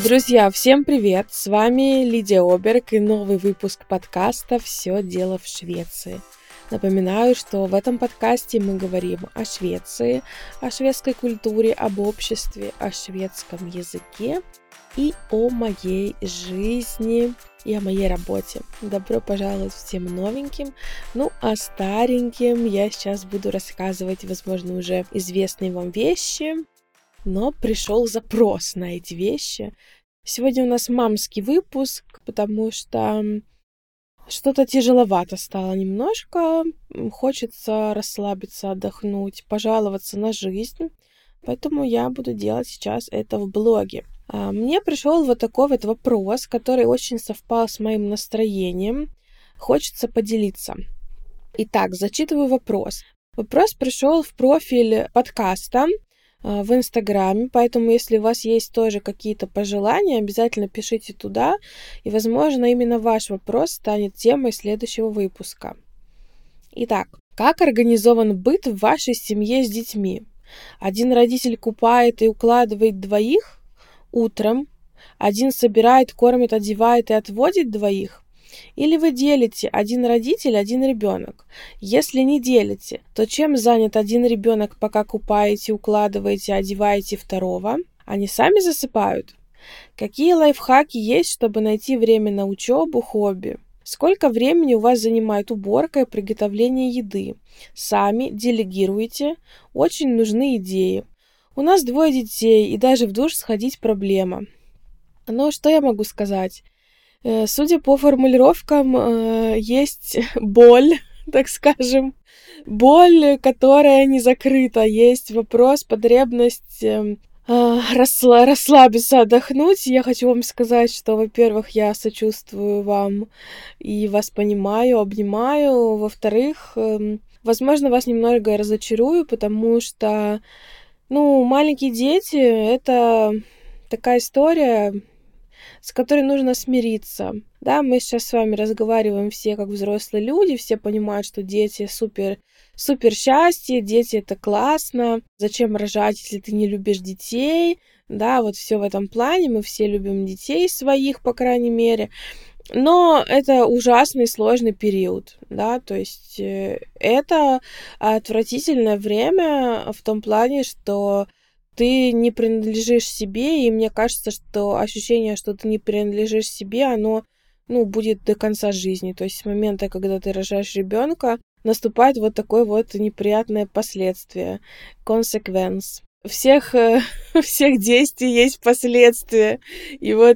Друзья, всем привет! С вами Лидия Оберг и новый выпуск подкаста «Все дело в Швеции». Напоминаю, что в этом подкасте мы говорим о Швеции, о шведской культуре, об обществе, о шведском языке и о моей жизни и о моей работе. Добро пожаловать всем новеньким. А стареньким я сейчас буду рассказывать, возможно, уже известные вам вещи, но пришел запрос на эти вещи. Сегодня у нас мамский выпуск, потому что что-то тяжеловато стало немножко. Хочется расслабиться, отдохнуть, пожаловаться на жизнь. Поэтому я буду делать сейчас это в блоге. Мне пришел вот такой вот вопрос, который очень совпал с моим настроением. Хочется поделиться. Итак, зачитываю вопрос. Вопрос пришел в профиль подкаста в Инстаграме, поэтому если у вас есть тоже какие-то пожелания, обязательно пишите туда, и, возможно, именно ваш вопрос станет темой следующего выпуска. Итак, как организован быт в вашей семье с детьми? Один родитель купает и укладывает двоих утром, один собирает, кормит, одевает и отводит двоих? Или вы делите один родитель, один ребенок? Если не делите, то чем занят один ребенок, пока купаете, укладываете, одеваете второго? Они сами засыпают? Какие лайфхаки есть, чтобы найти время на учебу, хобби? Сколько времени у вас занимает уборка и приготовление еды? Сами делегируете? Очень нужны идеи. У нас 2 детей, и даже в душ сходить проблема. Что я могу сказать? Судя по формулировкам, есть боль, так скажем, боль, которая не закрыта. Есть вопрос, потребность расслабиться, отдохнуть. Я хочу вам сказать, что, во-первых, я сочувствую вам и вас понимаю, обнимаю. Во-вторых, возможно, вас немного разочарую, потому что, маленькие дети — это такая история, с которой нужно смириться. Да, мы сейчас с вами разговариваем все как взрослые люди, все понимают, что дети супер счастье, дети — это классно. Зачем рожать, если ты не любишь детей? Да, вот все в этом плане, мы все любим детей своих, по крайней мере. Но это ужасный сложный период, да, то есть это отвратительное время в том плане, что ты не принадлежишь себе, и мне кажется, что ощущение, что ты не принадлежишь себе, оно, будет до конца жизни. То есть с момента, когда ты рожаешь ребенка, наступает вот такое вот неприятное последствие, consequence. Всех действий есть последствия. И вот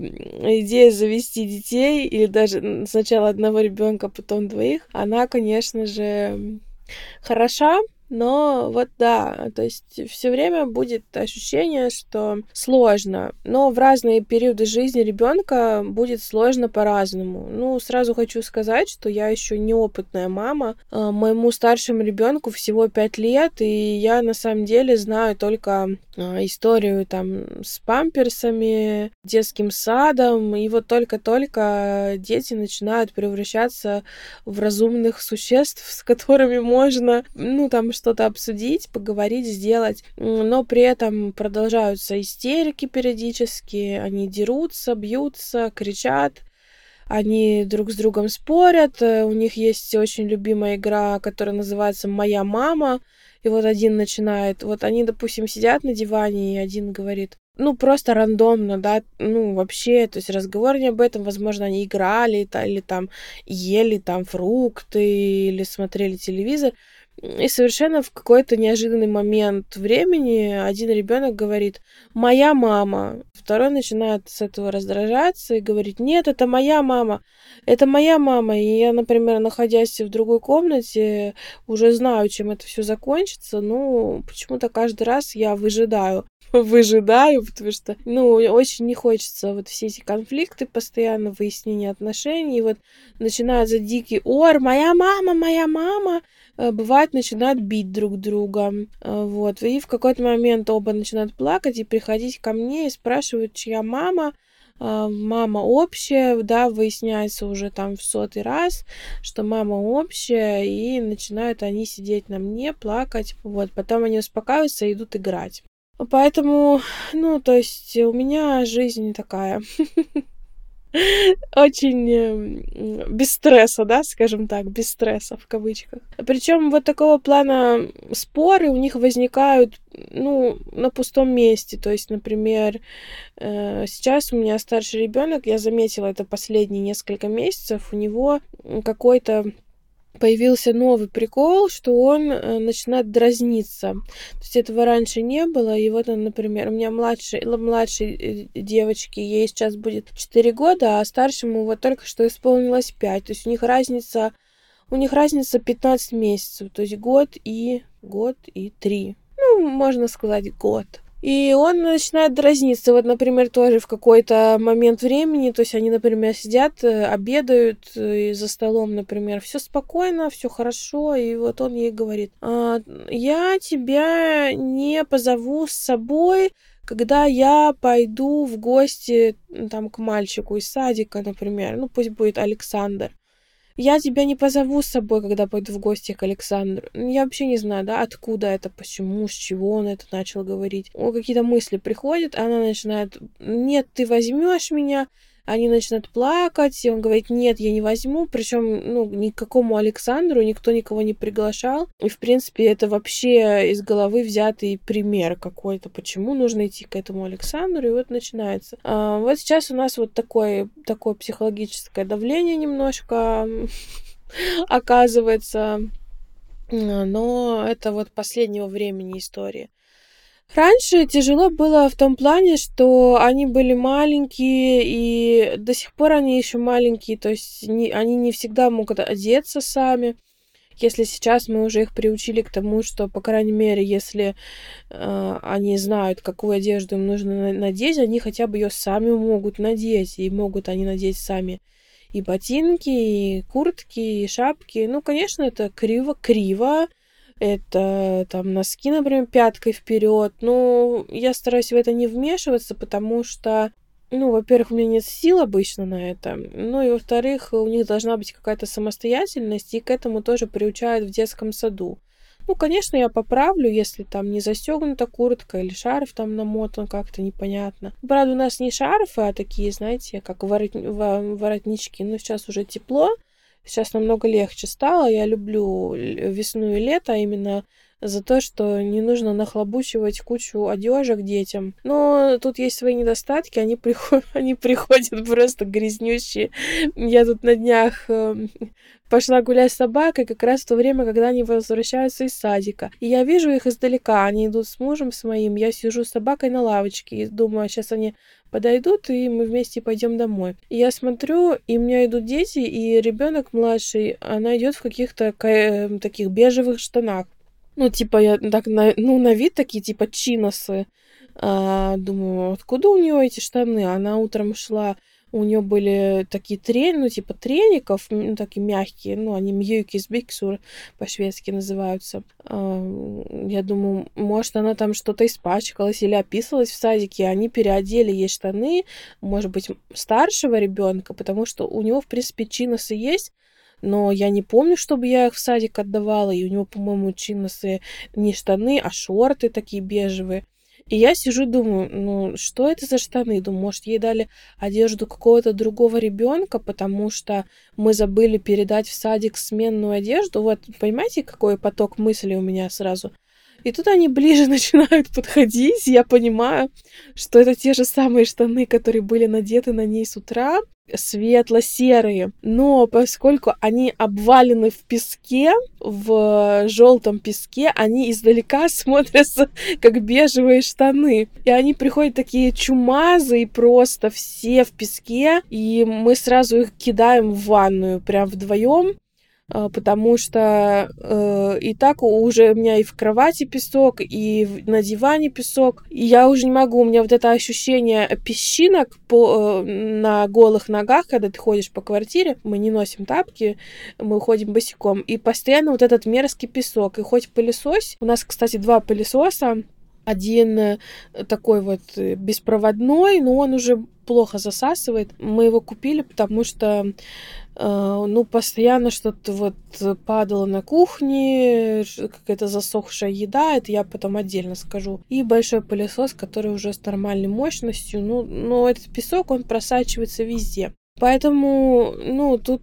идея завести детей, или даже сначала одного ребенка, потом 2, она, конечно же, хороша. Но вот да, то есть все время будет ощущение, что сложно, но в разные периоды жизни ребенка будет сложно по-разному. Сразу хочу сказать, что я еще неопытная мама. Моему старшему ребенку всего 5 лет, и я на самом деле знаю только историю там с памперсами, детским садом, и вот только-только дети начинают превращаться в разумных существ, с которыми можно, что-то обсудить, поговорить, сделать, но при этом продолжаются истерики периодически, они дерутся, бьются, кричат, они друг с другом спорят, у них есть очень любимая игра, которая называется «Моя мама», и вот один начинает, вот они, допустим, сидят на диване, и один говорит, просто рандомно, да, вообще, то есть разговор не об этом, возможно, они играли, или там ели там фрукты, или смотрели телевизор, и совершенно в какой-то неожиданный момент времени один ребенок говорит «моя мама», второй начинает с этого раздражаться и говорит «нет, это моя мама». И я, например, находясь в другой комнате, уже знаю, чем это все закончится, почему-то каждый раз я выжидаю, потому что, очень не хочется вот все эти конфликты, постоянно выяснение отношений, вот начинается дикий ор «моя мама», бывает, начинают бить друг друга, вот, и в какой-то момент оба начинают плакать и приходить ко мне и спрашивают, чья мама. Мама общая, да, выясняется уже там в 100-й раз, что мама общая, и начинают они сидеть на мне, плакать, вот, потом они успокаиваются и идут играть. Поэтому, то есть у меня жизнь такая очень без стресса, да, скажем так, без стресса в кавычках. Причем вот такого плана споры у них возникают, на пустом месте. То есть, например, сейчас у меня старший ребенок, я заметила это последние несколько месяцев, у него какой-то появился новый прикол, что он начинает дразниться. То есть этого раньше не было. И вот он, например, у меня младшей девочке, ей сейчас будет 4 года, а старшему вот только что исполнилось 5. То есть у них разница 15 месяцев. То есть год и 3. Можно сказать, год. И он начинает дразниться. Вот, например, тоже в какой-то момент времени, то есть они, например, сидят, обедают за столом, например, все спокойно, все хорошо, и вот он ей говорит: я тебя не позову с собой, когда я пойду в гости там к мальчику из садика, например, пусть будет Александр. Я тебя не позову с собой, когда пойду в гости к Александру. Я вообще не знаю, да, откуда это, почему, с чего он это начал говорить. Какие-то мысли приходят, она начинает: нет, ты возьмешь меня. Они начинают плакать, и он говорит: нет, я не возьму. Причем, ни к какому Александру никто никого не приглашал. И, в принципе, это вообще из головы взятый пример какой-то. Почему нужно идти к этому Александру? И вот начинается. Вот сейчас у нас вот такое психологическое давление немножко оказывается. Но это вот последнего времени история. Раньше тяжело было в том плане, что они были маленькие, и до сих пор они еще маленькие, то есть они не всегда могут одеться сами. Если сейчас мы уже их приучили к тому, что, по крайней мере, если они знают, какую одежду им нужно надеть, они хотя бы ее сами могут надеть, и могут они надеть сами и ботинки, и куртки, и шапки. Конечно, это криво, это там носки, например, пяткой вперед. Я стараюсь в это не вмешиваться, потому что, во-первых, у меня нет сил обычно на это. И, во-вторых, у них должна быть какая-то самостоятельность, и к этому тоже приучают в детском саду. Конечно, я поправлю, если там не застегнута куртка или шарф там намотан как-то непонятно. Правда, у нас не шарфы, а такие, знаете, как воротнички. Сейчас уже тепло. Сейчас намного легче стало. Я люблю весну и лето именно за то, что не нужно нахлобучивать кучу одежек детям. Но тут есть свои недостатки. Они приходят просто грязнющие. Я тут на днях пошла гулять с собакой как раз в то время, когда они возвращаются из садика. И я вижу их издалека. Они идут с мужем с моим. Я сижу с собакой на лавочке и думаю, сейчас они подойдут, и мы вместе пойдем домой. И я смотрю, и у меня идут дети, и ребенок младший, она идет в каких-то таких бежевых штанах. Я так на вид такие, типа чиносы. Думаю, откуда у нее эти штаны? Она утром шла, у нее были такие треников, такие мягкие, они мьюкисбиксур по-шведски называются. Я думаю, может, она там что-то испачкалась или описалась в садике, и они переодели ей штаны, может быть, старшего ребенка, потому что у него, в принципе, чиносы есть, но я не помню, чтобы я их в садик отдавала, и у него, по-моему, чиносы не штаны, а шорты такие бежевые. И я сижу, думаю, что это за штаны? Думаю, может, ей дали одежду какого-то другого ребенка, потому что мы забыли передать в садик сменную одежду. Вот, понимаете, какой поток мыслей у меня сразу? И тут они ближе начинают подходить, и я понимаю, что это те же самые штаны, которые были надеты на ней с утра, светло-серые. Но поскольку они обвалены в песке, в желтом песке, они издалека смотрятся как бежевые штаны. И они приходят такие чумазые, просто все в песке, и мы сразу их кидаем в ванную, прям вдвоем. Потому что и так уже у меня и в кровати песок, и на диване песок, и я уже не могу, у меня вот это ощущение песчинок на голых ногах, когда ты ходишь по квартире, мы не носим тапки, мы ходим босиком, и постоянно вот этот мерзкий песок, и хоть пылесось, у нас, кстати, 2 пылесоса, один такой вот беспроводной, но он уже плохо засасывает. Мы его купили, потому что постоянно что-то вот падало на кухне, какая-то засохшая еда, это я потом отдельно скажу. И большой пылесос, который уже с нормальной мощностью, но этот песок, он просачивается везде. Поэтому, тут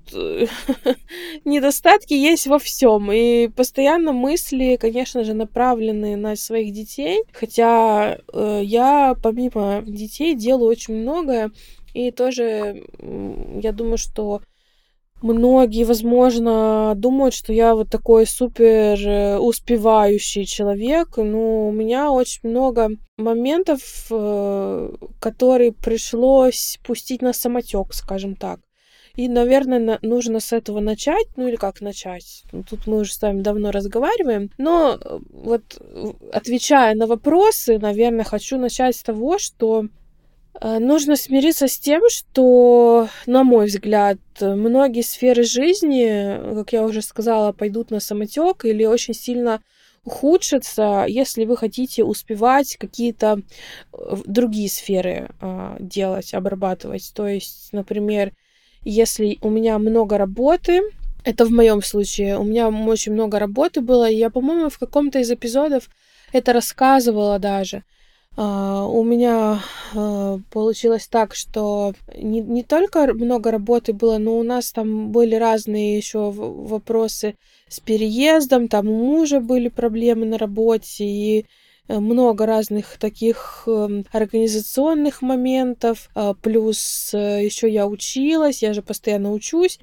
недостатки есть во всем. И постоянно мысли, конечно же, направлены на своих детей. Хотя я, помимо детей, делаю очень многое. И тоже, я думаю, что многие, возможно, думают, что я вот такой супер успевающий человек, но у меня очень много моментов, которые пришлось пустить на самотек, скажем так. И, наверное, нужно с этого начать, или как начать? Тут мы уже с вами давно разговариваем, но вот отвечая на вопросы, наверное, хочу начать с того, что нужно смириться с тем, что, на мой взгляд, многие сферы жизни, как я уже сказала, пойдут на самотек или очень сильно ухудшатся, если вы хотите успевать какие-то другие сферы делать, обрабатывать. То есть, например, если у меня много работы, это в моем случае, у меня очень много работы было, и я, по-моему, в каком-то из эпизодов это рассказывала даже. У меня получилось так, что не только много работы было, но у нас там были разные еще вопросы с переездом, там у мужа были проблемы на работе, и много разных таких организационных моментов, плюс еще я училась, я же постоянно учусь,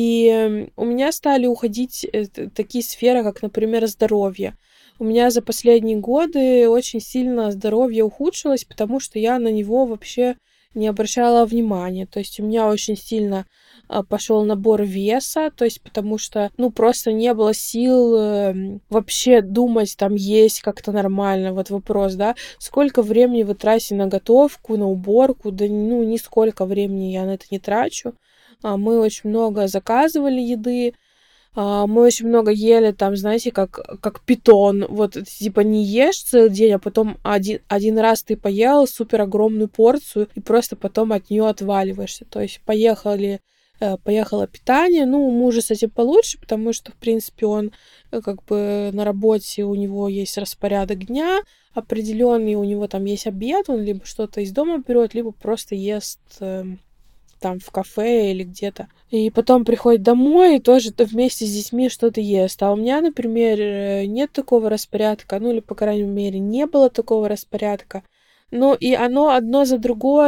и у меня стали уходить такие сферы, как, например, здоровье. У меня за последние годы очень сильно здоровье ухудшилось, потому что я на него вообще не обращала внимания. То есть у меня очень сильно пошел набор веса, то есть потому что, просто не было сил вообще думать, там, есть как-то нормально. Вот вопрос, да, сколько времени вы тратите на готовку, на уборку? Да, нисколько времени я на это не трачу. Мы очень много заказывали еды, мы очень много ели, там, знаете, как питон. Вот, типа, не ешь целый день, а потом один раз ты поел супер огромную порцию, и просто потом от нее отваливаешься. То есть поехало питание. У мужа с этим получше, потому что, в принципе, он как бы на работе, у него есть распорядок дня определенный, у него там есть обед, он либо что-то из дома берет, либо просто ест там в кафе или где-то. И потом приходит домой и тоже вместе с детьми что-то ест. А у меня, например, нет такого распорядка, или, по крайней мере, не было такого распорядка. И оно одно за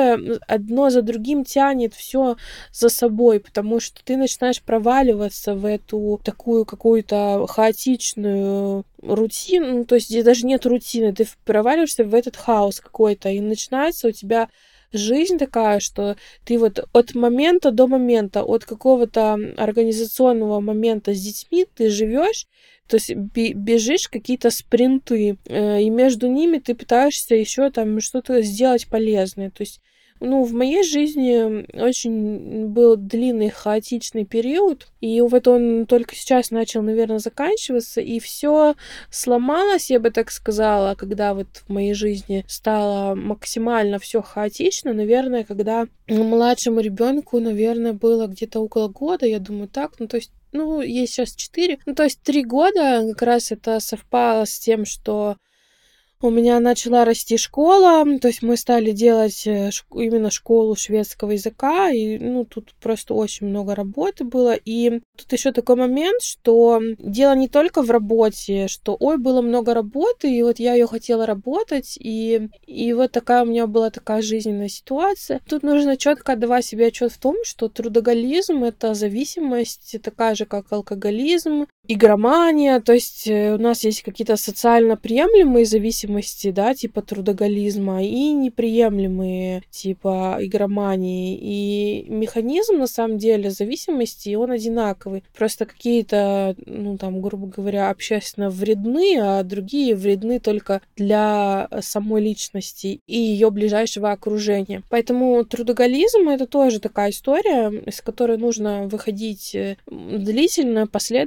другим тянет все за собой, потому что ты начинаешь проваливаться в эту такую какую-то хаотичную рутину, то есть где даже нет рутины, ты проваливаешься в этот хаос какой-то, и начинается у тебя жизнь такая, что ты вот от момента до момента, от какого-то организационного момента с детьми ты живешь, то есть бежишь какие-то спринты, и между ними ты пытаешься еще там что-то сделать полезное. То есть в моей жизни очень был длинный хаотичный период, и вот он только сейчас начал, наверное, заканчиваться, и все сломалось, я бы так сказала, когда вот в моей жизни стало максимально все хаотично, наверное, когда младшему ребенку, наверное, было где-то около года, я думаю, так, то есть ей сейчас 4, то есть 3 года, как раз это совпало с тем, что у меня начала расти школа, то есть мы стали делать именно школу шведского языка, и тут просто очень много работы было. И тут еще такой момент, что дело не только в работе, что было много работы, и вот я ее хотела работать, и вот такая у меня была такая жизненная ситуация. Тут нужно четко отдавать себе отчет в том, что трудоголизм — это зависимость такая же, как алкоголизм, игромания, то есть у нас есть какие-то социально приемлемые зависимости, да, типа трудоголизма, и неприемлемые, типа игромании. И механизм, на самом деле, зависимости, он одинаковый. Просто какие-то, грубо говоря, общественно вредны, а другие вредны только для самой личности и ее ближайшего окружения. Поэтому трудоголизм — это тоже такая история, из которой нужно выходить длительно, последовательно,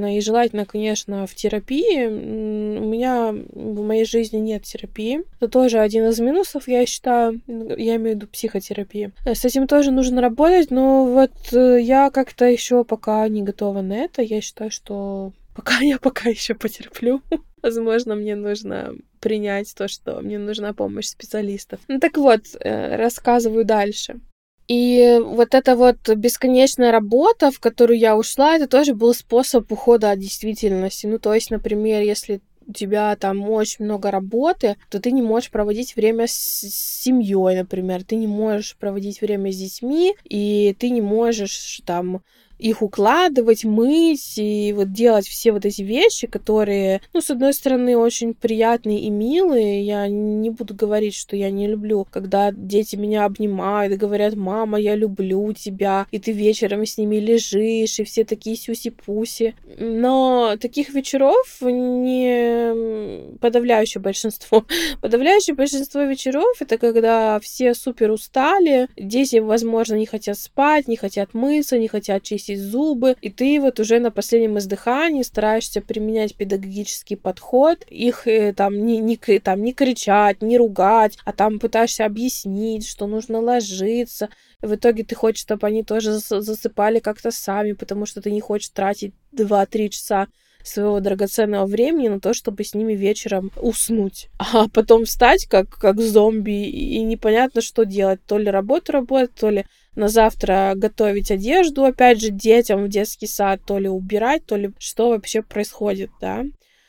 и желательно, конечно, в терапии. У меня в моей жизни нет терапии. Это тоже один из минусов, я считаю. Я имею в виду психотерапии. С этим тоже нужно работать, но вот я как-то еще пока не готова на это. Я считаю, что я пока еще потерплю. Возможно, мне нужно принять то, что мне нужна помощь специалистов. Ну так вот, рассказываю дальше. И вот эта вот бесконечная работа, в которую я ушла, это тоже был способ ухода от действительности. Ну, то есть, например, если у тебя там очень много работы, то ты не можешь проводить время с семьей, например, ты не можешь проводить время с детьми, и ты не можешь там их укладывать, мыть и вот делать все вот эти вещи, которые, ну, с одной стороны, очень приятные и милые. Я не буду говорить, что я не люблю, когда дети меня обнимают и говорят: «Мама, я люблю тебя», и ты вечером с ними лежишь, и все такие сюси-пуси. Но таких вечеров не подавляющее большинство. Подавляющее большинство вечеров — это когда все супер устали, дети, возможно, не хотят спать, не хотят мыться, не хотят чистить зубы, и ты вот уже на последнем издыхании стараешься применять педагогический подход, их там не кричать, не ругать, а там пытаешься объяснить, что нужно ложиться. В итоге ты хочешь, чтобы они тоже засыпали как-то сами, потому что ты не хочешь тратить 2-3 часа своего драгоценного времени на то, чтобы с ними вечером уснуть. А потом встать как зомби, и непонятно, что делать. То ли работу работать, то ли на завтра готовить одежду, опять же, детям в детский сад, то ли убирать, то ли что вообще происходит, да.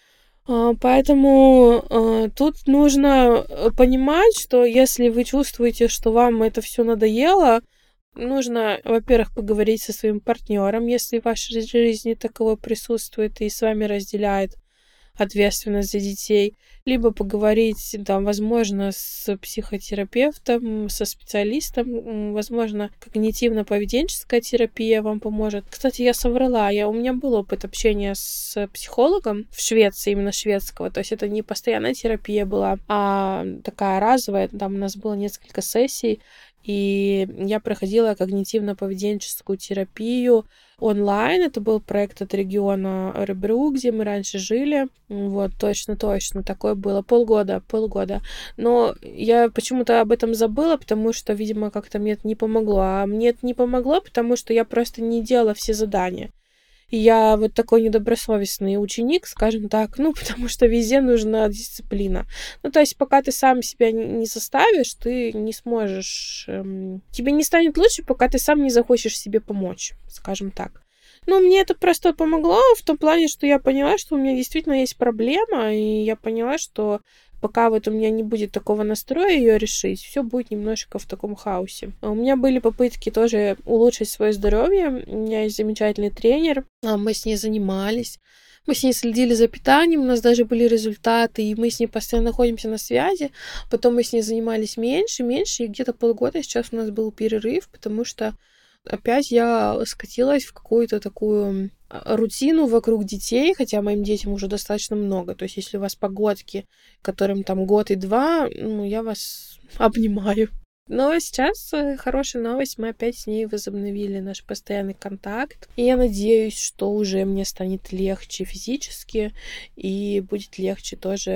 Поэтому тут нужно понимать, что если вы чувствуете, что вам это все надоело, нужно, во-первых, поговорить со своим партнером, если в вашей жизни таковой присутствует и с вами разделяет ответственность за детей, либо поговорить, там, возможно, с психотерапевтом, со специалистом, возможно, когнитивно-поведенческая терапия вам поможет. Кстати, я соврала, у меня был опыт общения с психологом в Швеции, именно шведского, то есть это не постоянная терапия была, а такая разовая, там у нас было несколько сессий, и я проходила когнитивно-поведенческую терапию онлайн. Это был проект от региона Örebro, где мы раньше жили. Вот, точно, такое было. Полгода. Но я почему-то об этом забыла, потому что, видимо, как-то мне это не помогло. А мне это не помогло, потому что я просто не делала все задания. И я вот такой недобросовестный ученик, скажем так, потому что везде нужна дисциплина. То есть пока ты сам себя не заставишь, ты не сможешь... тебе не станет лучше, пока ты сам не захочешь себе помочь, скажем так. Мне это просто помогло в том плане, что я поняла, что у меня действительно есть проблема, и я поняла, что пока вот у меня не будет такого настроя ее решить, все будет немножечко в таком хаосе. У меня были попытки тоже улучшить свое здоровье. У меня есть замечательный тренер, мы с ней занимались. Мы с ней следили за питанием, у нас даже были результаты, и мы с ней постоянно находимся на связи. Потом мы с ней занимались меньше, и где-то полгода сейчас у нас был перерыв, потому что опять я скатилась в какую-то такую рутину вокруг детей, хотя моим детям уже достаточно много. То есть, если у вас погодки, которым там год и 2, я вас обнимаю. Но сейчас хорошая новость, мы опять с ней возобновили наш постоянный контакт. И я надеюсь, что уже мне станет легче физически, и будет легче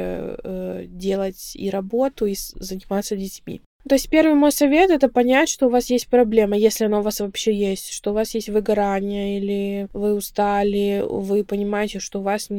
тоже делать и работу, и заниматься детьми. То есть первый мой совет — это понять, что у вас есть проблема, если она у вас вообще есть, что у вас есть выгорание, или вы устали, вы понимаете, что у вас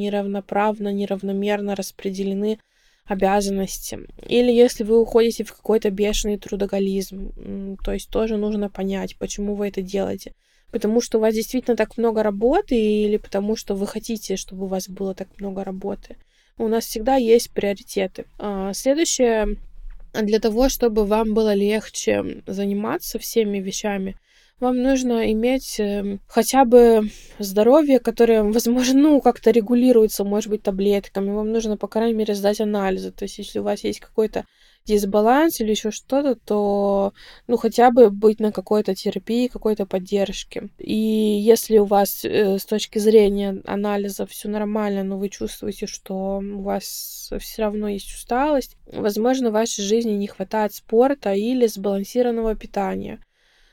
неравномерно распределены обязанности. Или если вы уходите в какой-то бешеный трудоголизм, то есть тоже нужно понять, почему вы это делаете. Потому что у вас действительно так много работы, или потому что вы хотите, чтобы у вас было так много работы. У нас всегда есть приоритеты. Следующее. Для того, чтобы вам было легче заниматься всеми вещами, вам нужно иметь хотя бы здоровье, которое, возможно, как-то регулируется, может быть, таблетками. Вам нужно, по крайней мере, сдать анализы. То есть, если у вас есть какой-то дисбаланс или еще что-то, то, хотя бы быть на какой-то терапии, какой-то поддержке. И если у вас с точки зрения анализа все нормально, но вы чувствуете, что у вас все равно есть усталость, возможно, в вашей жизни не хватает спорта или сбалансированного питания.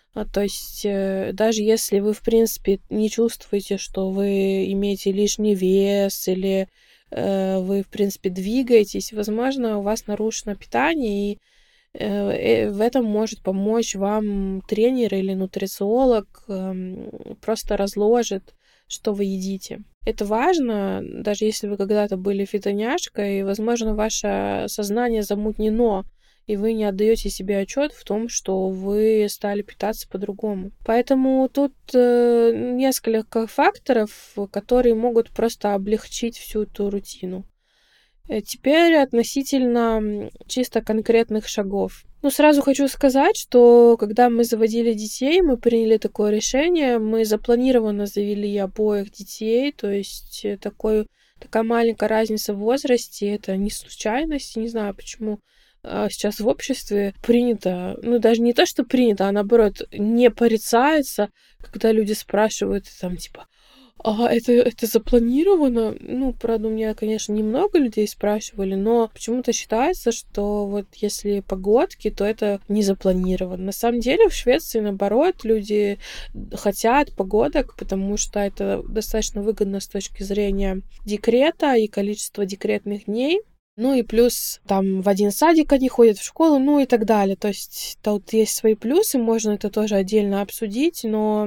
То есть даже если вы, в принципе, не чувствуете, что вы имеете лишний вес или вы, в принципе, двигаетесь, возможно, у вас нарушено питание, и в этом может помочь вам тренер или нутрициолог, просто разложит, что вы едите. Это важно, даже если вы когда-то были фитоняшкой, и, возможно, ваше сознание замутнено, и вы не отдаете себе отчет в том, что вы стали питаться по-другому. Поэтому тут несколько факторов, которые могут просто облегчить всю эту рутину. Теперь относительно чисто конкретных шагов. Сразу хочу сказать, что когда мы заводили детей, мы приняли такое решение, мы запланированно завели обоих детей, то есть такая маленькая разница в возрасте, это не случайность, не знаю, почему сейчас в обществе принято, даже не то, что принято, а наоборот, не порицается, когда люди спрашивают, там, типа, это запланировано? Правда, у меня, конечно, немного людей спрашивали, но почему-то считается, что вот если погодки, то это не запланировано. На самом деле в Швеции, наоборот, люди хотят погодок, потому что это достаточно выгодно с точки зрения декрета и количества декретных дней. И плюс там в один садик они ходят в школу, и так далее. То есть тут есть свои плюсы, можно это тоже отдельно обсудить,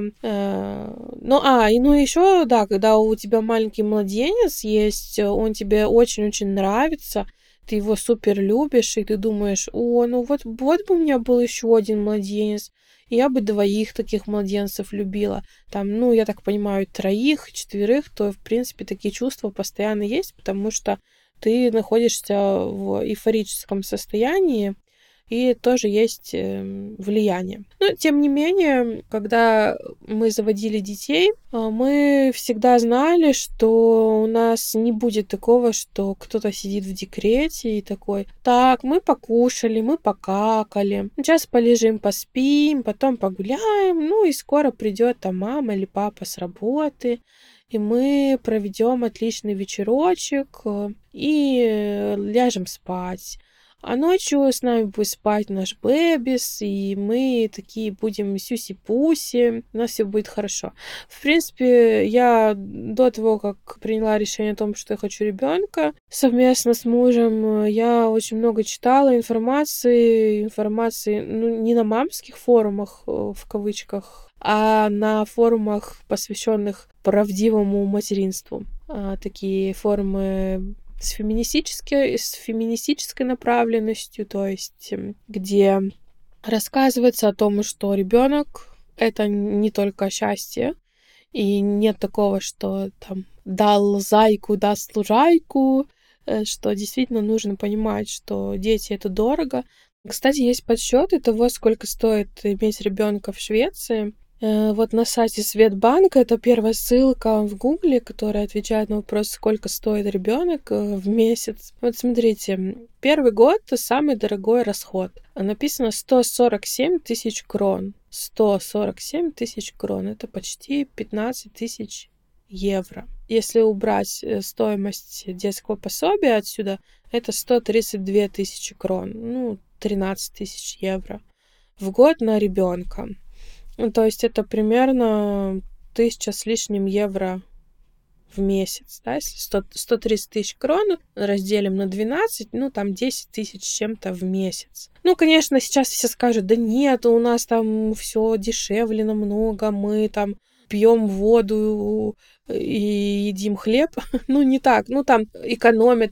еще, да, когда у тебя маленький младенец есть, он тебе очень-очень нравится, ты его супер любишь, и ты думаешь, вот бы у меня был еще один младенец, и я бы 2 таких младенцев любила. Там, я так понимаю, 3, 4, то, в принципе, такие чувства постоянно есть, потому что ты находишься в эйфорическом состоянии, и тоже есть влияние. Но, тем не менее, когда мы заводили детей, мы всегда знали, что у нас не будет такого, что кто-то сидит в декрете и такой, так, мы покушали, мы покакали, сейчас полежим, поспим, потом погуляем, и скоро придет там мама или папа с работы, и мы проведем отличный вечерочек и ляжем спать. А ночью с нами будет спать наш бэбис, и мы такие будем сюси-пуси, у нас все будет хорошо. В принципе, я до того, как приняла решение о том, что я хочу ребенка совместно с мужем, я очень много читала информации, не на мамских форумах, в кавычках, а на форумах, посвященных правдивому материнству. Такие форумы с феминистической направленностью, то есть где рассказывается о том, что ребенок это не только счастье, и нет такого, что там дал зайку, даст лужайку, что действительно нужно понимать, что дети это дорого. Кстати, есть подсчеты того, сколько стоит иметь ребенка в Швеции. Вот на сайте Светбанка, это первая ссылка в Гугле, которая отвечает на вопрос, сколько стоит ребенок в месяц. Вот смотрите, первый год — самый дорогой расход. Написано 147 тысяч крон. 147 тысяч крон — это почти 15 тысяч евро. Если убрать стоимость детского пособия отсюда, это 132 тысячи крон, 13 тысяч евро в год на ребенка. То есть это примерно 1000 с лишним евро в месяц, да, если 130 тысяч крон разделим на 12, там 10 тысяч с чем-то в месяц. Конечно, сейчас все скажут, да нет, у нас там все дешевле намного, мы там пьем воду и едим хлеб. Не так. Там экономят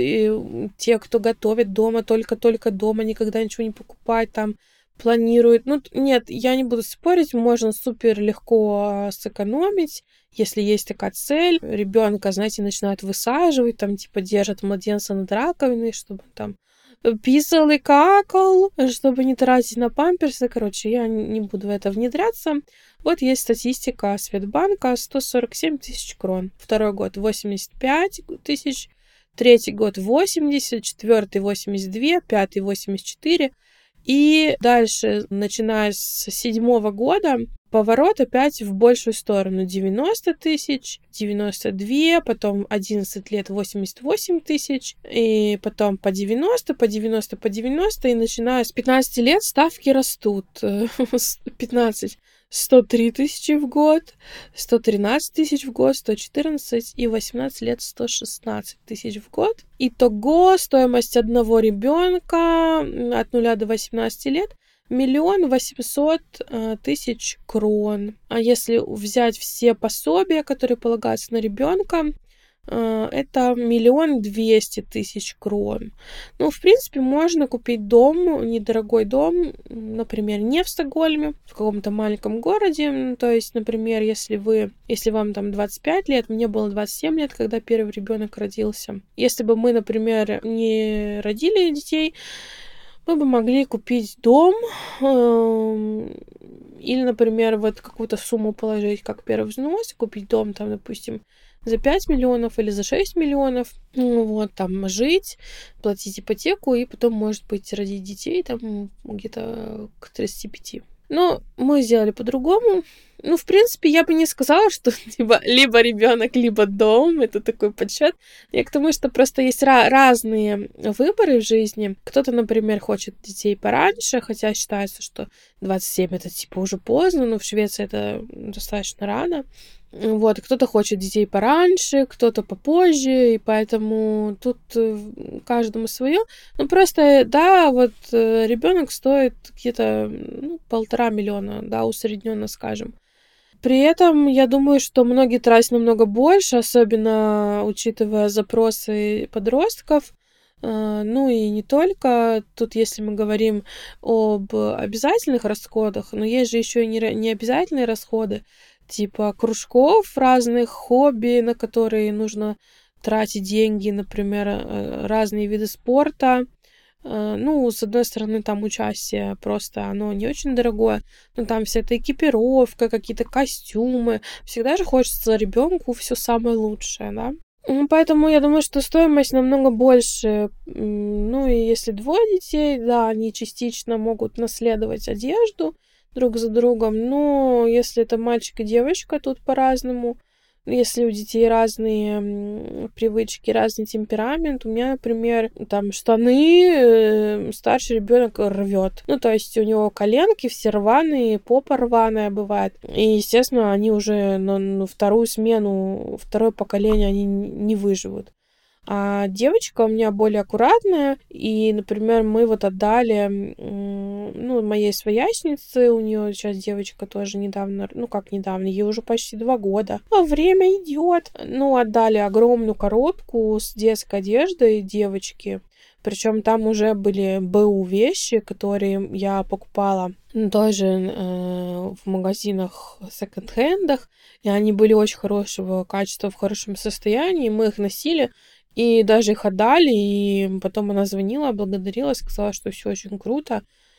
те, кто готовит дома, только дома, никогда ничего не покупать, там планирует. Нет, я не буду спорить, можно супер легко сэкономить, если есть такая цель. Ребенка, знаете, начинают высаживать, там, типа, держат младенца над раковиной, чтобы там писал и какал, чтобы не тратить на памперсы. Короче, я не буду в это внедряться. Вот есть статистика Светбанка: 147 тысяч крон. Второй год 85 тысяч, третий год 80, четвертый 82, пятый 84. И дальше, начиная с 7-го года, поворот опять в большую сторону. 90 тысяч, 92, потом 11 лет 88 тысяч, и потом по 90, по 90, по 90, и начиная с 15 лет ставки растут. 15 103 тысячи в год, 113 тысяч в год, 114 и 18 лет 116 тысяч в год. Итого стоимость одного ребенка от 0 до 18 лет 1 800 000 крон. А если взять все пособия, которые полагаются на ребенка, это 1 200 000 крон. Ну, в принципе, можно купить дом, недорогой дом, например, не в Стокгольме, в каком-то маленьком городе. То есть, например, если вам там 25 лет, мне было 27 лет, когда первый ребенок родился. Если бы мы, например, не родили детей, мы бы могли купить дом или, например, вот какую-то сумму положить как первый взнос, купить дом там, допустим, за 5 миллионов или за 6 миллионов, вот, там, жить, платить ипотеку и потом, может быть, родить детей там где-то к 35. Но мы сделали по-другому. Ну, в принципе, я бы не сказала, что либо ребенок, либо дом. Это такой подсчет. Я к тому, что просто есть разные выборы в жизни. Кто-то, например, хочет детей пораньше, хотя считается, что 27 это типа уже поздно, но в Швеции это достаточно рано. Вот, кто-то хочет детей пораньше, кто-то попозже, и поэтому тут каждому свое. Ну, просто, да, вот ребенок стоит где-то 1,5 миллиона, да, усредненно скажем. При этом, я думаю, что многие тратят намного больше, особенно учитывая запросы подростков. Ну и не только. Тут, если мы говорим об обязательных расходах, но есть же еще и необязательные расходы, типа кружков разных, хобби, на которые нужно тратить деньги, например, разные виды спорта. Ну, с одной стороны, там участие просто, оно не очень дорогое, но там вся эта экипировка, какие-то костюмы. Всегда же хочется ребенку все самое лучшее, да? Поэтому я думаю, что стоимость намного больше. Ну, и если 2 детей, да, они частично могут наследовать одежду друг за другом, но если это мальчик и девочка, тут по-разному. Если у детей разные привычки, разный темперамент, у меня, например, там штаны старший ребенок рвет. Ну, то есть у него коленки все рваные, попа рваная бывает. И, естественно, они уже на вторую смену, второе поколение, они не выживут. А девочка у меня более аккуратная, и, например, мы вот отдали, моей своячнице, у нее сейчас девочка тоже недавно, ей уже почти 2 года, а время идет. Ну, отдали огромную коробку с детской одеждой девочки, причем там уже были БУ вещи, которые я покупала тоже в магазинах секонд-хендах, и они были очень хорошего качества, в хорошем состоянии, мы их носили, и даже их отдали, и потом она звонила, благодарила, сказала, что все очень круто.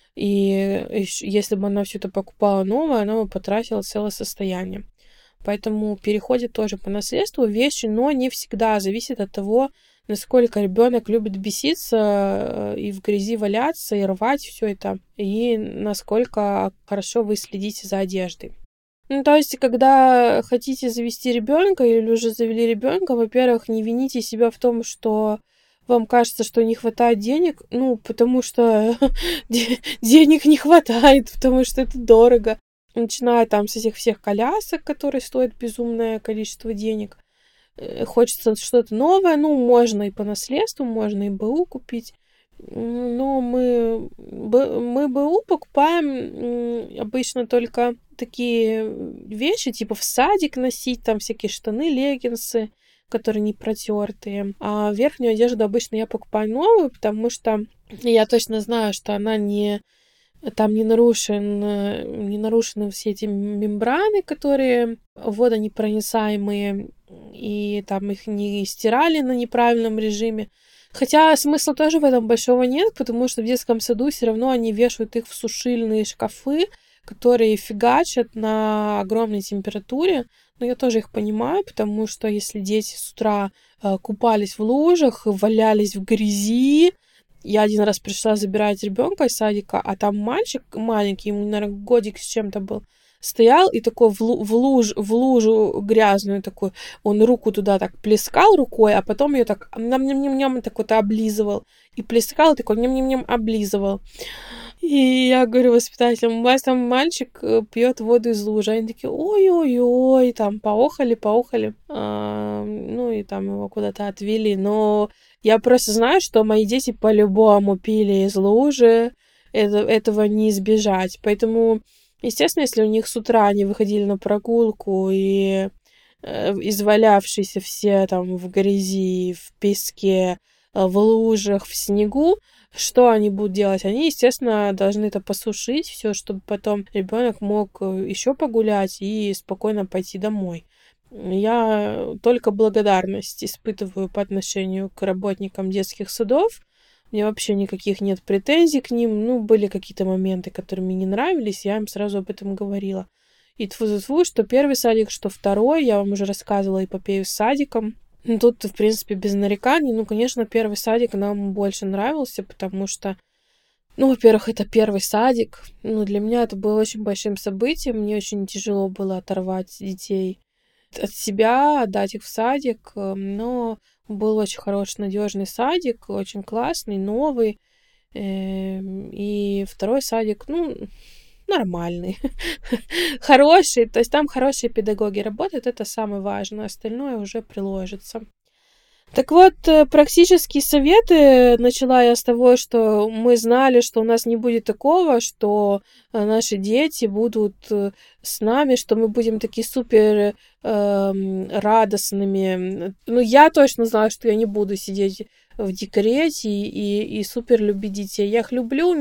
И если бы она все это покупала новое, она бы потратила целое состояние. Поэтому переходит тоже по наследству вещи, но не всегда зависит от того, насколько ребенок любит беситься и в грязи валяться, и рвать все это, и насколько хорошо вы следите за одеждой. Ну, то есть, когда хотите завести ребенка или уже завели ребенка, во-первых, не вините себя в том, что вам кажется, что не хватает денег, потому что денег не хватает, потому что это дорого. Начиная там с этих всех колясок, которые стоят безумное количество денег. Хочется что-то новое, можно и по наследству, можно и БУ купить. Но мы БУ покупаем обычно только такие вещи, типа в садик носить, там всякие штаны, леггинсы, которые не протертые. А верхнюю одежду обычно я покупаю новую, потому что я точно знаю, что она там не нарушены все эти мембраны, которые водонепроницаемые, и там их не стирали на неправильном режиме. Хотя смысла тоже в этом большого нет, потому что в детском саду все равно они вешают их в сушильные шкафы, которые фигачат на огромной температуре. Но я тоже их понимаю, потому что если дети с утра купались в лужах, валялись в грязи. Я один раз пришла забирать ребенка из садика, а там мальчик маленький, ему, наверное, годик с чем-то был, стоял и такой в лужу грязную такую, он руку туда так плескал рукой, а потом ее так ням-ням-ням так вот облизывал. И плескал, такой ням-ням-ням облизывал. И я говорю воспитателям, у вас там мальчик пьет воду из лужи. Они такие, ой-ой-ой, там поохали. Ну и там его куда-то отвели. Но я просто знаю, что мои дети по-любому пили из лужи. Этого не избежать. Поэтому, естественно, если у них с утра они выходили на прогулку и извалявшиеся все там в грязи, в песке, в лужах, в снегу, что они будут делать? Они, естественно, должны это посушить все, чтобы потом ребенок мог еще погулять и спокойно пойти домой. Я только благодарность испытываю по отношению к работникам детских садов. У меня вообще никаких нет претензий к ним. Ну, были какие-то моменты, которые мне не нравились, я им сразу об этом говорила. И тьфу-тьфу, что первый садик, что второй, я вам уже рассказывала эпопею с садиком. Ну, тут, в принципе, без нареканий. Ну, конечно, первый садик нам больше нравился, потому что, ну, во-первых, это первый садик. Ну, для меня это было очень большим событием. Мне очень тяжело было оторвать детей от себя, отдать их в садик. Но был очень хороший, надежный садик, очень классный, новый. И второй садик, ну, нормальный, хороший, то есть там хорошие педагоги работают, это самое важное, остальное уже приложится. Так вот, практические советы начала я с того, что мы знали, что у нас не будет такого, что наши дети будут с нами, что мы будем такие супер радостными. Ну, я точно знаю, что я не буду сидеть в декрете и супер любить детей. Я их люблю,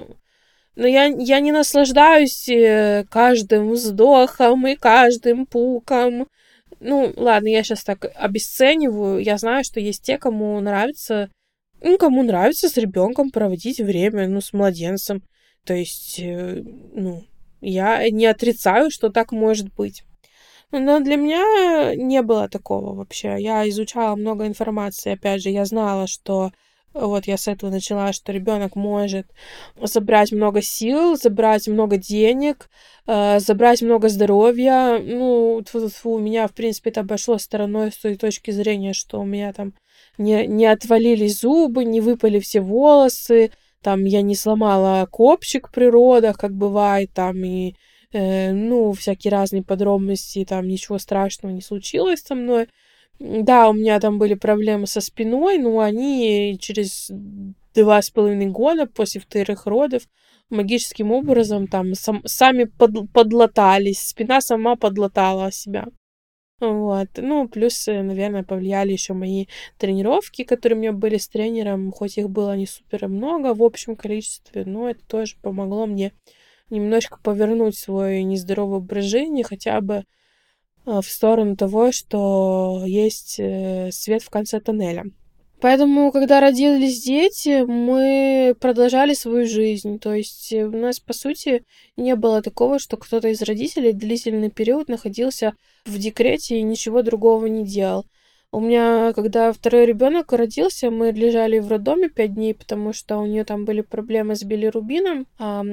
но я не наслаждаюсь каждым вздохом и каждым пуком. Ну, ладно, я сейчас так обесцениваю. Я знаю, что есть те, кому нравится, ну, кому нравится с ребенком проводить время, ну, с младенцем. То есть, ну, я не отрицаю, что так может быть. Но для меня не было такого вообще. Я изучала много информации. Опять же, я знала, что вот я с этого начала, что ребенок может забрать много сил, забрать много денег, забрать много здоровья. Ну, у меня, в принципе, это обошло стороной с той точки зрения, что у меня там не отвалились зубы, не выпали все волосы, там я не сломала копчик при родах, как бывает, там и ну, всякие разные подробности, там ничего страшного не случилось со мной. Да, у меня там были проблемы со спиной, но они через 2,5 года после вторых родов магическим образом там сами подлатались, спина сама подлатала себя. Вот. Ну, плюс, наверное, повлияли еще мои тренировки, которые у меня были с тренером, хоть их было не супер много в общем количестве, но это тоже помогло мне немножко повернуть свой нездоровый образ жизни хотя бы в сторону того, что есть свет в конце тоннеля. Поэтому, когда родились дети, мы продолжали свою жизнь. То есть у нас, по сути, не было такого, что кто-то из родителей длительный период находился в декрете и ничего другого не делал. У меня, когда второй ребенок родился, мы лежали в роддоме 5 дней, потому что у нее там были проблемы с билирубином.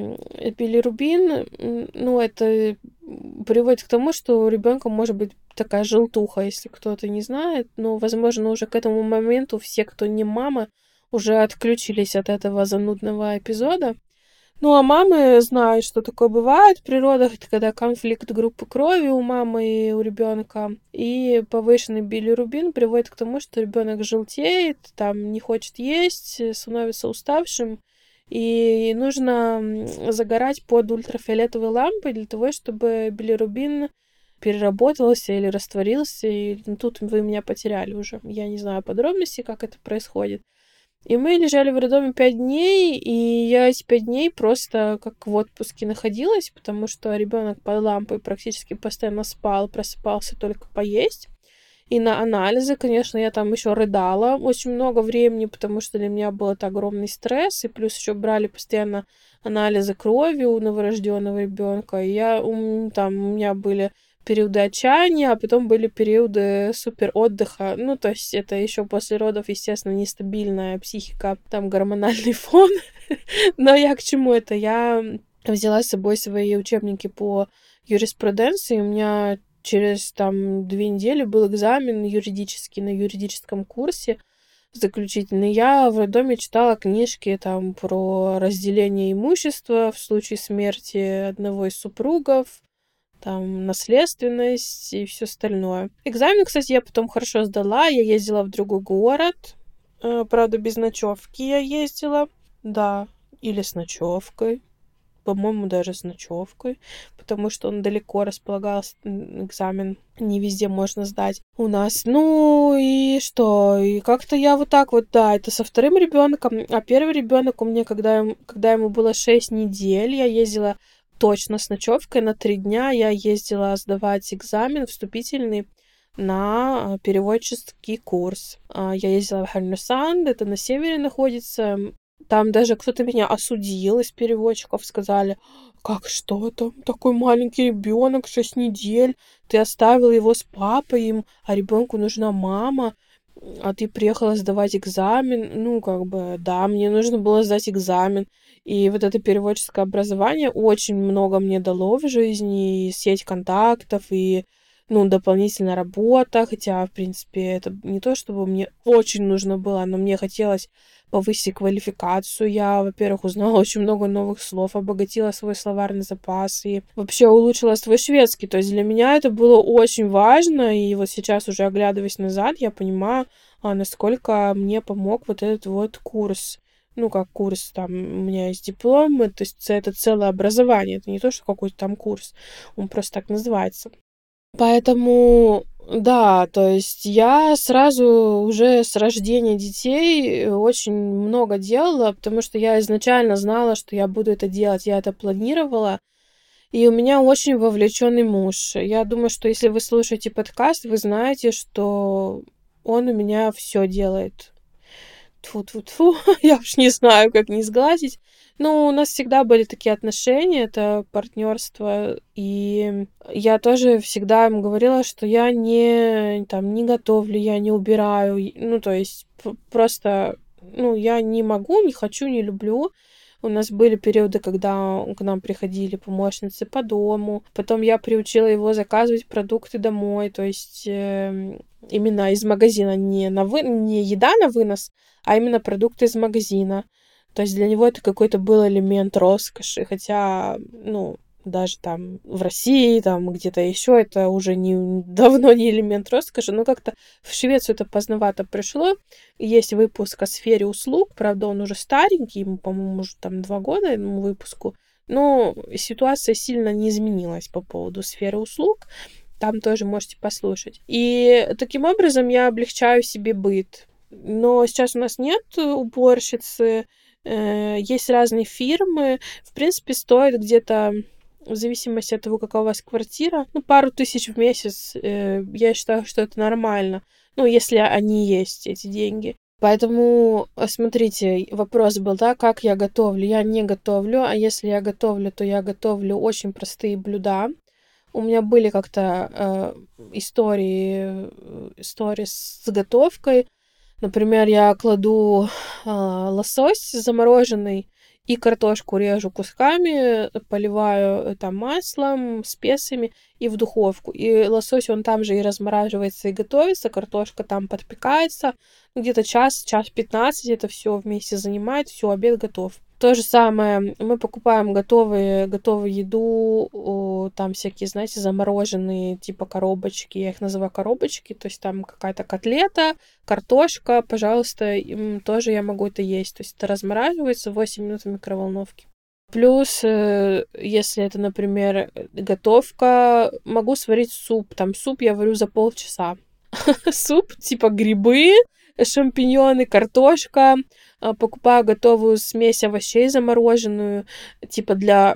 Билирубин, ну, это приводит к тому, что у ребенка может быть такая желтуха, если кто-то не знает. Но, возможно, уже к этому моменту все, кто не мама, уже отключились от этого занудного эпизода. Ну, а мамы знают, что такое бывает при родах. Это когда конфликт группы крови у мамы и у ребенка. И повышенный билирубин приводит к тому, что ребенок желтеет, там не хочет есть, становится уставшим. И нужно загорать под ультрафиолетовой лампой для того, чтобы билирубин переработался или растворился. И тут вы меня потеряли уже. Я не знаю подробностей, как это происходит. И мы лежали в роддоме 5 дней, и я эти 5 дней просто как в отпуске находилась, потому что ребенок под лампой практически постоянно спал, просыпался только поесть. И на анализы, конечно, я там еще рыдала очень много времени, потому что для меня был это огромный стресс, и плюс еще брали постоянно анализы крови у новорожденного ребенка. И там у меня были периоды отчаяния, а потом были периоды супер отдыха. Ну, то есть это еще после родов, естественно, нестабильная психика, там гормональный фон. Но я к чему это? Я взяла с собой свои учебники по юриспруденции. У меня через там 2 недели был экзамен юридический на юридическом курсе заключительный. Я в роддоме читала книжки там про разделение имущества в случае смерти одного из супругов, там наследственность и все остальное. Экзамен, кстати, я потом хорошо сдала. Я ездила в другой город. Правда, без ночевки я ездила. Да, или с ночевкой. По-моему, даже с ночевкой, потому что он далеко располагался, экзамен не везде можно сдать у нас. Ну и что? И как-то я вот так вот, да, это со вторым ребенком, а первый ребенок у меня, когда ему было 6 недель, я ездила точно с ночевкой на 3 дня, я ездила сдавать экзамен вступительный на переводческий курс. Я ездила в Härnösand, это на севере находится. Там даже кто-то меня осудил из переводчиков, сказали, как что это, такой маленький ребенок, 6 недель, ты оставил его с папой, а ребенку нужна мама, а ты приехала сдавать экзамен. Ну, как бы, да, мне нужно было сдать экзамен. И вот это переводческое образование очень много мне дало в жизни, и сеть контактов, и ну, дополнительная работа, хотя, в принципе, это не то, чтобы мне очень нужно было, но мне хотелось повысить квалификацию. Я, во-первых, узнала очень много новых слов, обогатила свой словарный запас и вообще улучшила свой шведский. То есть для меня это было очень важно, и вот сейчас уже оглядываясь назад, я понимаю, насколько мне помог вот этот вот курс. Ну, как курс, там, у меня есть диплом, то есть это целое образование, это не то, что какой-то там курс, он просто так называется. Поэтому, да, то есть я сразу уже с рождения детей очень много делала, потому что я изначально знала, что я буду это делать, я это планировала, и у меня очень вовлеченный муж. Я думаю, что если вы слушаете подкаст, вы знаете, что он у меня все делает. Тьфу-тьфу-тьфу, я уж не знаю, как не сглазить. Ну, у нас всегда были такие отношения, это партнерство, и я тоже всегда ему говорила, что я не готовлю, я не убираю, ну, то есть просто, ну, я не могу, не хочу, не люблю. У нас были периоды, когда к нам приходили помощницы по дому. Потом я приучила его заказывать продукты домой, то есть именно из магазина, не еда на вынос, а именно продукты из магазина. То есть для него это какой-то был элемент роскоши, хотя, ну, даже там в России, там где-то еще это уже давно не элемент роскоши, но как-то в Швецию это поздновато пришло. Есть выпуск о сфере услуг, правда, он уже старенький, ему, по-моему, уже там 2 года этому выпуску, но ситуация сильно не изменилась по поводу сферы услуг, там тоже можете послушать. И таким образом я облегчаю себе быт. Но сейчас у нас нет уборщицы, есть разные фирмы, в принципе, стоит где-то в зависимости от того, какая у вас квартира, ну, пару тысяч в месяц, я считаю, что это нормально. Ну, если они есть, эти деньги. Поэтому, смотрите, вопрос был, да, как я готовлю? Я не готовлю, а если я готовлю, то я готовлю очень простые блюда. У меня были как-то истории с готовкой. Например, я кладу лосось замороженный и картошку режу кусками, поливаю там маслом, специями и в духовку. И лосось, он там же и размораживается, и готовится, картошка там подпекается. Где-то час 15 это все вместе занимает, все, обед готов. То же самое, мы покупаем готовую еду, там всякие, знаете, замороженные, типа коробочки, я их называю коробочки, то есть там какая-то котлета, картошка, пожалуйста, тоже я могу это есть, то есть это размораживается 8 минут в микроволновке. Плюс, если это, например, готовка, могу сварить суп, там суп я варю за полчаса. Суп, типа грибы, шампиньоны, картошка. Покупаю готовую смесь овощей замороженную, типа для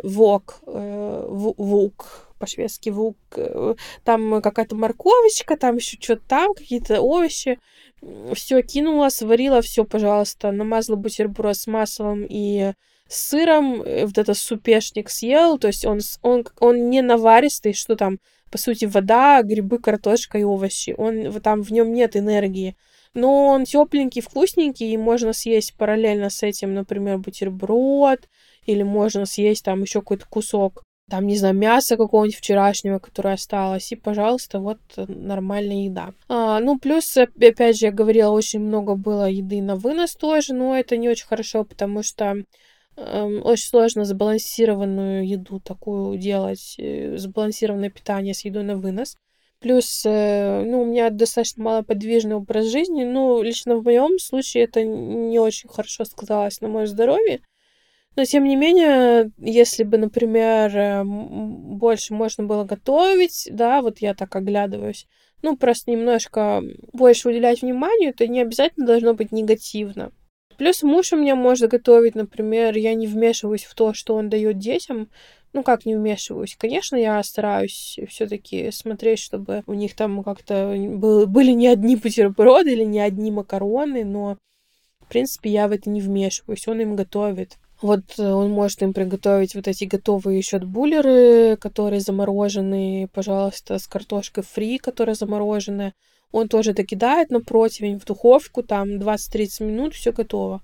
вок, по-шведски вук. Там какая-то морковочка, там еще что-то там, какие-то овощи. Все кинула, сварила, все, пожалуйста, намазала бутерброд с маслом и с сыром, вот этот супешник съел, то есть он не наваристый, что там, по сути, вода, грибы, картошка и овощи. Там в нем нет энергии. Но он тепленький, вкусненький, и можно съесть параллельно с этим, например, бутерброд, или можно съесть там еще какой-то кусок там, не знаю, мясо какого-нибудь вчерашнего, которое осталось, и, пожалуйста, вот нормальная еда. Ну, плюс, опять же, я говорила, очень много было еды на вынос тоже, но это не очень хорошо, потому что очень сложно сбалансированную еду такую делать, сбалансированное питание с едой на вынос. Плюс, ну, у меня достаточно малоподвижный образ жизни, ну, лично в моем случае это не очень хорошо сказалось на моем здоровье. Но, тем не менее, если бы, например, больше можно было готовить, да, вот я так оглядываюсь, ну, просто немножко больше уделять вниманию, это не обязательно должно быть негативно. Плюс муж у меня может готовить, например, я не вмешиваюсь в то, что он дает детям. Ну, как не вмешиваюсь? Конечно, я стараюсь все-таки смотреть, чтобы у них там как-то были не одни бутерброды или не одни макароны, но, в принципе, я в это не вмешиваюсь, он им готовит. Вот он может им приготовить вот эти готовые еще буллеры, которые замороженные, пожалуйста, с картошкой фри, которая замороженная. Он тоже докидает на противень в духовку, там 20-30 минут, все готово.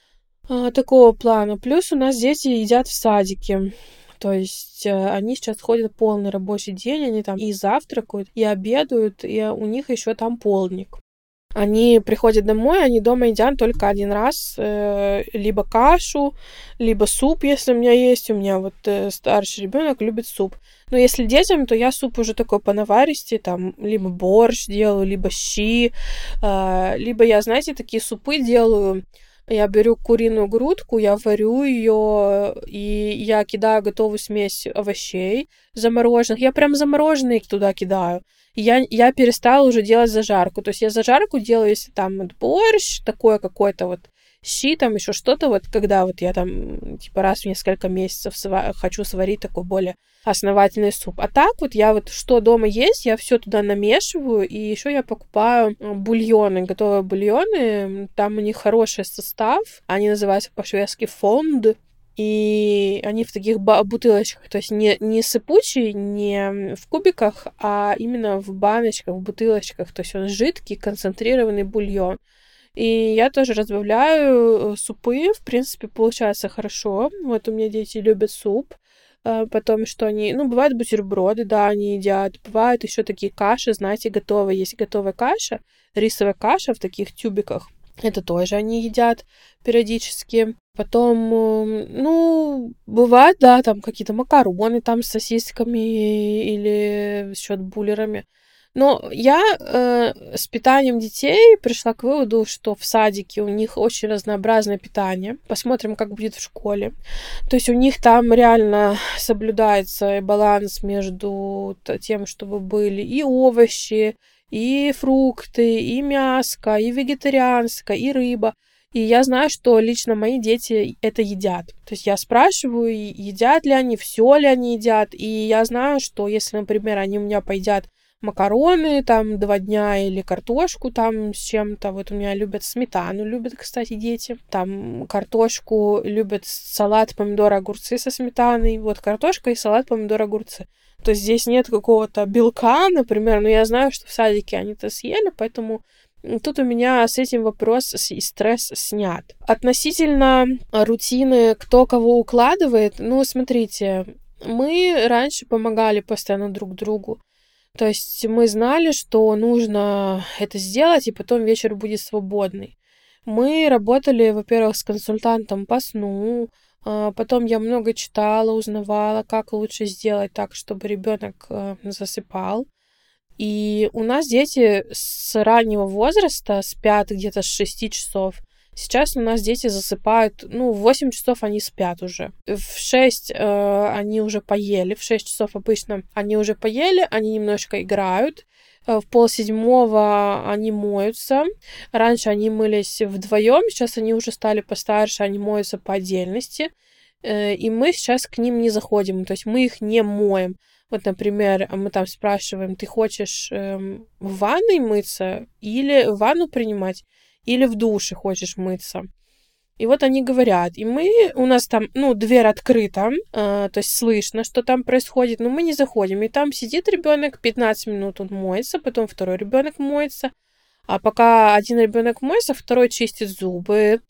Такого плана. Плюс у нас дети едят в садике. То есть они сейчас ходят полный рабочий день, они там и завтракают, и обедают, и у них еще там полдник. Они приходят домой, они дома едят только один раз, либо кашу, либо суп, если у меня есть. У меня вот старший ребенок любит суп. Но если детям, то я суп уже такой по-наваристе, там, либо борщ делаю, либо щи, либо я, знаете, такие супы делаю. Я беру куриную грудку, я варю ее, и я кидаю готовую смесь овощей замороженных. Я прям замороженные туда кидаю. Я перестала уже делать зажарку. То есть я зажарку делаю, если там вот борщ, такое какое-то вот щи, там еще что-то, вот когда вот я там типа раз в несколько месяцев хочу сварить такой более основательный суп. А так вот я вот что дома есть, я все туда намешиваю, и еще я покупаю бульоны, готовые бульоны. Там у них хороший состав, они называются по-шведски фонд. И они в таких бутылочках, то есть не сыпучие, не в кубиках, а именно в баночках, в бутылочках. То есть он жидкий, концентрированный бульон. И я тоже разбавляю супы, в принципе, получается хорошо. Вот у меня дети любят суп. Потом, что они... Ну, бывают бутерброды, да, они едят. Бывают еще такие каши, знаете, готовые. Есть готовая каша, рисовая каша в таких тюбиках. Это тоже они едят периодически. Потом, ну, бывает, да, там какие-то макароны там с сосисками или с шот-буллерами. Но я с питанием детей пришла к выводу, что в садике у них очень разнообразное питание. Посмотрим, как будет в школе. То есть у них там реально соблюдается баланс между тем, чтобы были и овощи, и фрукты, и мяско, и вегетарианское, и рыба. И я знаю, что лично мои дети это едят. То есть я спрашиваю, едят ли они, все ли они едят. И я знаю, что если, например, они у меня поедят макароны там 2 дня или картошку там с чем-то. Вот у меня любят сметану, любят, кстати, дети. Там картошку любят салат, помидоры, огурцы со сметаной. Вот картошка и салат, помидоры, огурцы. То есть здесь нет какого-то белка, например, но я знаю, что в садике они это съели, поэтому тут у меня с этим вопрос и стресс снят. Относительно рутины, кто кого укладывает, ну, смотрите, мы раньше помогали постоянно друг другу. То есть мы знали, что нужно это сделать, и потом вечер будет свободный. Мы работали, во-первых, с консультантом по сну, потом я много читала, узнавала, как лучше сделать так, чтобы ребенок засыпал. И у нас дети с раннего возраста спят где-то с 6 часов. Сейчас у нас дети засыпают, ну, в 8 часов они спят уже. В 6 они уже поели, в 6 часов обычно они уже поели, они немножко играют. В 6:30 они моются. Раньше они мылись вдвоем, сейчас они уже стали постарше, они моются по отдельности. И мы сейчас к ним не заходим, то есть мы их не моем. Вот, например, мы там спрашиваем, ты хочешь в ванной мыться или ванну принимать, или в душе хочешь мыться. И вот они говорят, и у нас там, ну, дверь открыта, то есть слышно, что там происходит, но мы не заходим. И там сидит ребенок, 15 минут он моется, потом второй ребенок моется, а пока один ребенок моется, второй чистит зубы,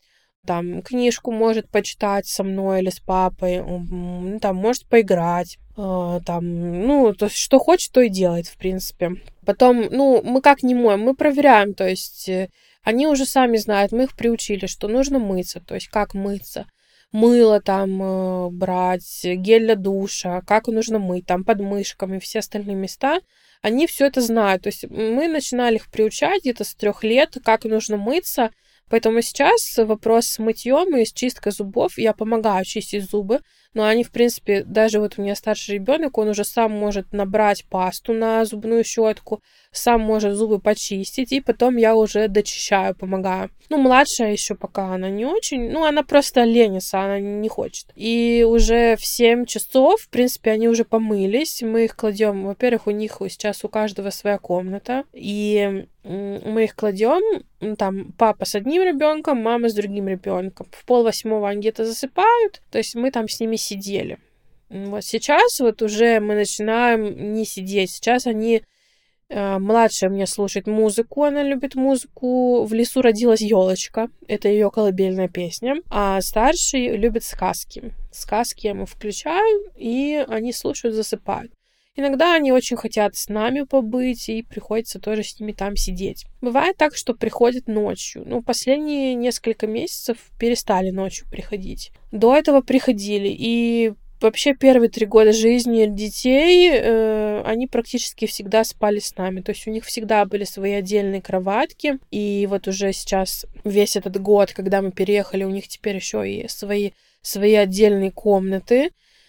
там книжку может почитать со мной или с папой, там может поиграть, там, ну, то есть что хочет, то и делает, в принципе. Потом, ну, мы как не моем, мы проверяем, то есть они уже сами знают, мы их приучили, что нужно мыться, то есть как мыться. Мыло там брать, гель для душа, как нужно мыть, там под мышками, все остальные места. Они все это знают. То есть мы начинали их приучать где-то с 3 лет, как нужно мыться. Поэтому сейчас вопрос с мытьем и с чисткой зубов. Я помогаю чистить зубы, но они, в принципе, даже вот у меня старший ребенок, он уже сам может набрать пасту на зубную щетку, сам может зубы почистить, и потом я уже дочищаю, помогаю. Ну, младшая еще пока она не очень, ну, она просто ленится, она не хочет. И уже в 7 часов, в принципе, они уже помылись, мы их кладем, во-первых, у них сейчас у каждого своя комната, и мы их кладем, там папа с одним ребенком, мама с другим ребенком. В 7:30 они где-то засыпают, то есть мы там с ними сидели. Вот сейчас вот уже мы начинаем не сидеть. Сейчас они младшая мне слушает музыку, она любит музыку. В лесу родилась елочка, это ее колыбельная песня. А старший любит сказки. Сказки я ему включаю, и они слушают, засыпают. Иногда они очень хотят с нами побыть, и приходится тоже с ними там сидеть. Бывает так, что приходят ночью. Ну, последние несколько месяцев перестали ночью приходить. До этого приходили, и вообще первые 3 года жизни детей они практически всегда спали с нами. То есть у них всегда были свои отдельные кроватки. И вот уже сейчас весь этот год, когда мы переехали, у них теперь еще и свои отдельные комнаты.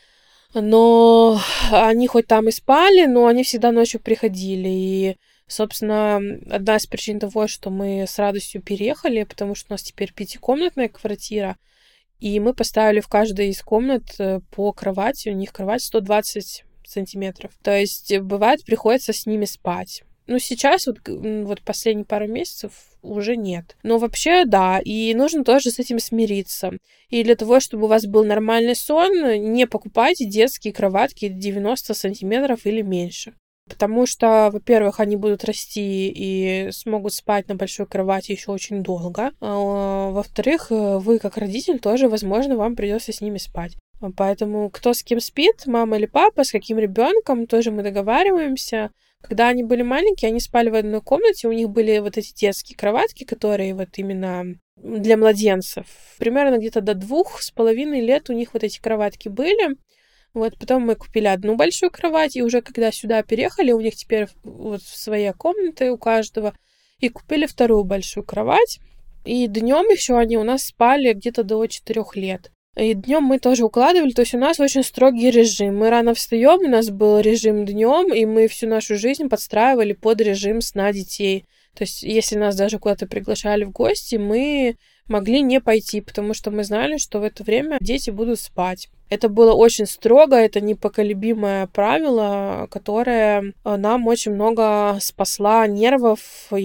Но они хоть там и спали, но они всегда ночью приходили. И, собственно, одна из причин того, что мы с радостью переехали, потому что у нас теперь 5-комнатная квартира, и мы поставили в каждой из комнат по кровати. У них кровать 120 сантиметров. То есть, бывает, приходится с ними спать. Ну, сейчас вот последние пару месяцев уже нет. Но вообще, да, и нужно тоже с этим смириться. И для того, чтобы у вас был нормальный сон, не покупайте детские кроватки 90 сантиметров или меньше. Потому что, во-первых, они будут расти и смогут спать на большой кровати еще очень долго. Во-вторых, вы как родитель тоже, возможно, вам придется с ними спать. Поэтому кто с кем спит, мама или папа, с каким ребенком, тоже мы договариваемся. Когда они были маленькие, они спали в одной комнате, у них были вот эти детские кроватки, которые вот именно для младенцев. Примерно где-то до 2,5 лет у них вот эти кроватки были. Вот, потом мы купили одну большую кровать, и уже когда сюда переехали, у них теперь вот своя комната у каждого, и купили вторую большую кровать. И днем еще они у нас спали где-то до 4 лет. И днем мы тоже укладывали, то есть у нас очень строгий режим. Мы рано встаем, у нас был режим днем, и мы всю нашу жизнь подстраивали под режим сна детей. То есть если нас даже куда-то приглашали в гости, мы могли не пойти, потому что мы знали, что в это время дети будут спать. Это было очень строго, это непоколебимое правило, которое нам очень много спасла нервов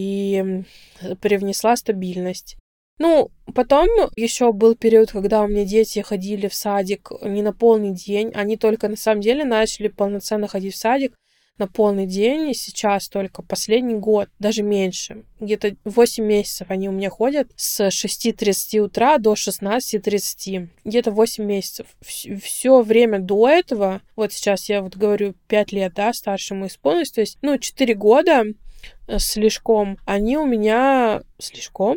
и привнесла стабильность. Ну, потом еще был период, когда у меня дети ходили в садик не на полный день. Они только на самом деле начали полноценно ходить в садик на полный день. И сейчас только последний год, даже меньше. Где-то 8 месяцев они у меня ходят с 6:30 утра до 16:30. Где-то 8 месяцев. Все время до этого, вот сейчас я вот говорю 5 лет, да, старшему исполнилось, то есть, 4 года слишком, они у меня слишком,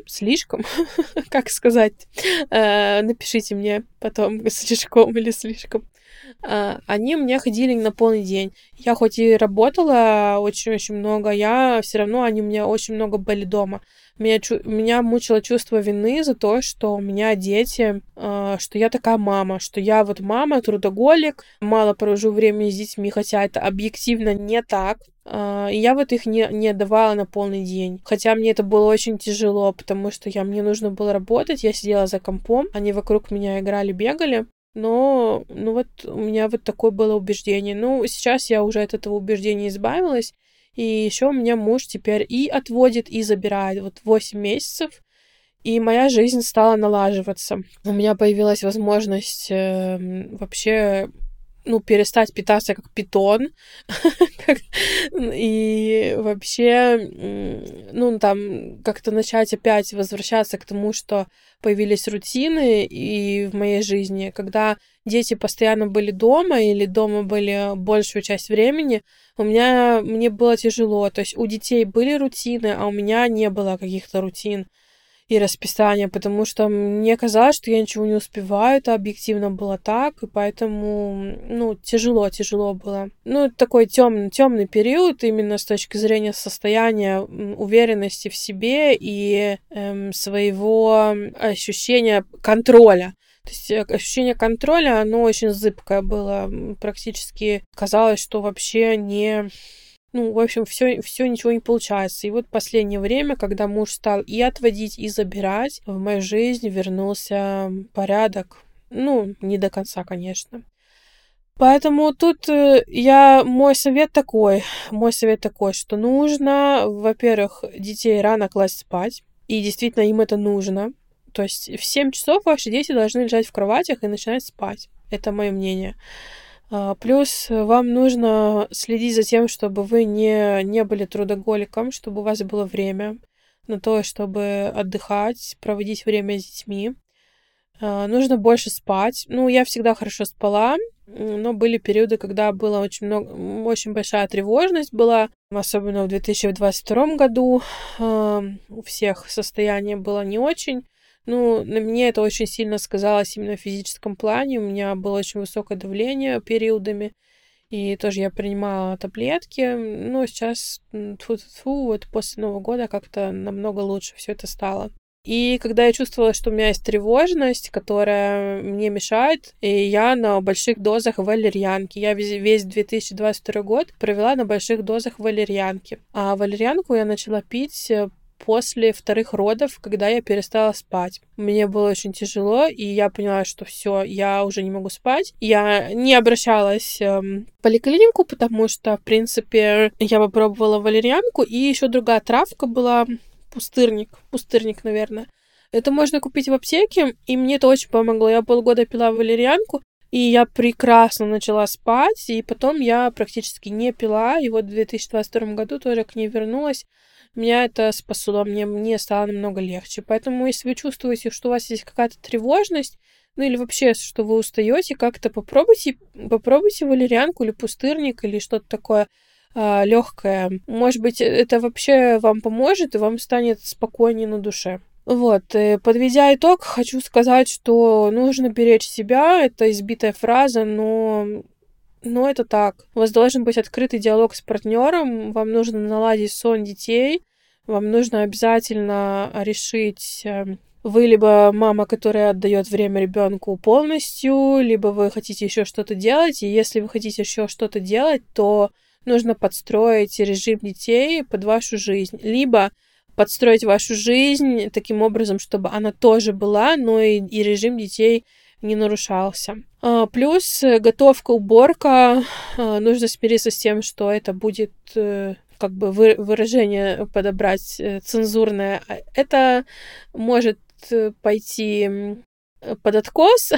как сказать, напишите мне потом, слишком или слишком. Они у меня ходили на полный день. Я хоть и работала очень-очень много, все равно они у меня очень много были дома. Меня мучило чувство вины за то, что у меня дети, что я такая мама, что я вот мама, трудоголик, мало провожу времени с детьми, хотя это объективно не так. И я вот их не давала на полный день. Хотя мне это было очень тяжело, потому что мне нужно было работать, я сидела за компом, они вокруг меня играли, бегали. Но, вот у меня вот такое было убеждение. Сейчас я уже от этого убеждения избавилась. И еще у меня муж теперь и отводит, и забирает. Вот 8 месяцев. И моя жизнь стала налаживаться. У меня появилась возможность вообще перестать питаться как питон. И вообще, там как-то начать опять возвращаться к тому, что появились рутины и в моей жизни, когда дети постоянно были дома или дома были большую часть времени, мне было тяжело. То есть у детей были рутины, а у меня не было каких-то рутин и расписания, потому что мне казалось, что я ничего не успеваю, это объективно было так, и поэтому, тяжело было. Это такой темный период именно с точки зрения состояния уверенности в себе и своего ощущения контроля. То есть ощущение контроля, оно очень зыбкое было. Практически казалось, что вообще не... в общем, все ничего не получается. И вот последнее время, когда муж стал и отводить, и забирать, в мою жизнь вернулся порядок. Не до конца, конечно. Поэтому тут мой совет такой, что нужно, во-первых, детей рано класть спать, и действительно им это нужно. То есть в 7 часов ваши дети должны лежать в кроватях и начинать спать. Это мое мнение. Плюс вам нужно следить за тем, чтобы вы не были трудоголиком, чтобы у вас было время на то, чтобы отдыхать, проводить время с детьми. Нужно больше спать. Я всегда хорошо спала, но были периоды, когда была очень большая тревожность была, особенно в 2022 году. У всех состояние было не очень. На мне это очень сильно сказалось именно в физическом плане. У меня было очень высокое давление периодами, и тоже я принимала таблетки. Сейчас, вот после Нового года как-то намного лучше все это стало. И когда я чувствовала, что у меня есть тревожность, которая мне мешает, и я на больших дозах валерьянки. Я весь 2022 год провела на больших дозах валерьянки. А валерьянку я начала пить после вторых родов, когда я перестала спать. Мне было очень тяжело, и я поняла, что все, я уже не могу спать. Я не обращалась в поликлинику, потому что, в принципе, я попробовала валерьянку, и еще другая травка была, пустырник, наверное. Это можно купить в аптеке, и мне это очень помогло. Я полгода пила валерьянку, и я прекрасно начала спать, и потом я практически не пила, и вот в 2022 году тоже к ней вернулась. Меня это спасло, мне стало намного легче. Поэтому, если вы чувствуете, что у вас есть какая-то тревожность, или вообще, что вы устаете, как-то попробуйте валерьянку или пустырник, или что-то такое легкое. Может быть, это вообще вам поможет, и вам станет спокойнее на душе. Вот, подведя итог, хочу сказать, что нужно беречь себя. Это избитая фраза, но это так. У вас должен быть открытый диалог с партнером, вам нужно наладить сон детей, вам нужно обязательно решить, вы либо мама, которая отдает время ребенку полностью, либо вы хотите еще что-то делать, и если вы хотите еще что-то делать, то нужно подстроить режим детей под вашу жизнь, либо подстроить вашу жизнь таким образом, чтобы она тоже была, но и режим детей не нарушался. Плюс готовка, уборка. Нужно смириться с тем, что это будет выражение подобрать цензурное. Это может пойти под откос,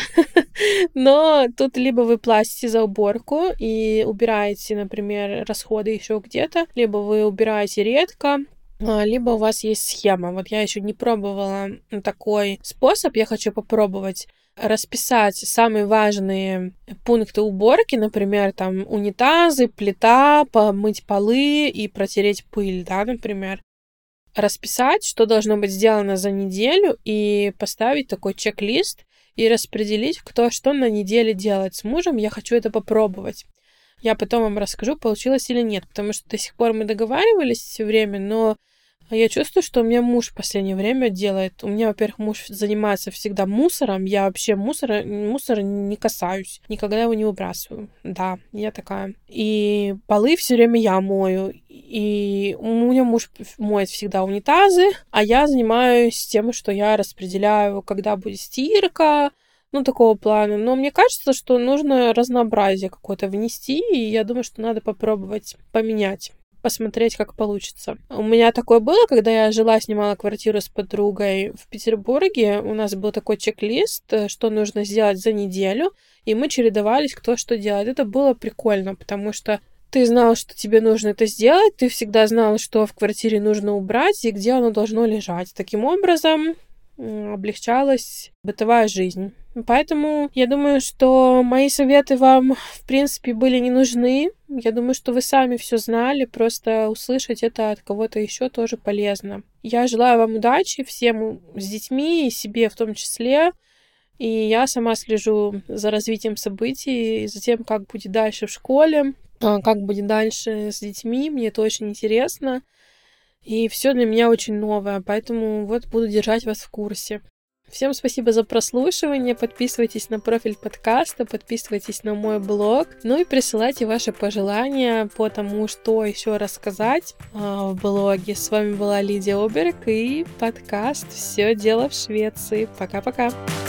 но тут либо вы платите за уборку и убираете, например, расходы еще где-то, либо вы убираете редко, либо у вас есть схема. Вот я еще не пробовала такой способ, я хочу попробовать расписать самые важные пункты уборки, например, там унитазы, плита, помыть полы и протереть пыль, да, например. Расписать, что должно быть сделано за неделю, и поставить такой чек-лист и распределить, кто что на неделе делает с мужем. Я хочу это попробовать. Я потом вам расскажу, получилось или нет, потому что до сих пор мы договаривались все время, но я чувствую, что у меня муж в последнее время делает. У меня, во-первых, муж занимается всегда мусором. Я вообще мусора не касаюсь. Никогда его не выбрасываю. Да, я такая. И полы все время я мою. И у меня муж моет всегда унитазы, а я занимаюсь тем, что я распределяю, когда будет стирка, такого плана. Но мне кажется, что нужно разнообразие какое-то внести, и я думаю, что надо попробовать поменять. посмотреть, как получится. У меня такое было, когда я жила, снимала квартиру с подругой в Петербурге. У нас был такой чек-лист, что нужно сделать за неделю, и мы чередовались, кто что делает. Это было прикольно, потому что ты знал, что тебе нужно это сделать, ты всегда знал, что в квартире нужно убрать и где оно должно лежать. Таким образом, облегчалась бытовая жизнь. Поэтому я думаю, что мои советы вам, в принципе, были не нужны. Я думаю, что вы сами все знали, просто услышать это от кого-то еще тоже полезно. Я желаю вам удачи всем с детьми и себе в том числе. И я сама слежу за развитием событий, за тем, как будет дальше в школе, как будет дальше с детьми. Мне это очень интересно. И все для меня очень новое, поэтому вот буду держать вас в курсе. Всем спасибо за прослушивание. Подписывайтесь на профиль подкаста, подписывайтесь на мой блог. Ну и присылайте ваши пожелания по тому, что еще рассказать в блоге. С вами была Лидия Оберег и подкаст «Все дело в Швеции». Пока-пока!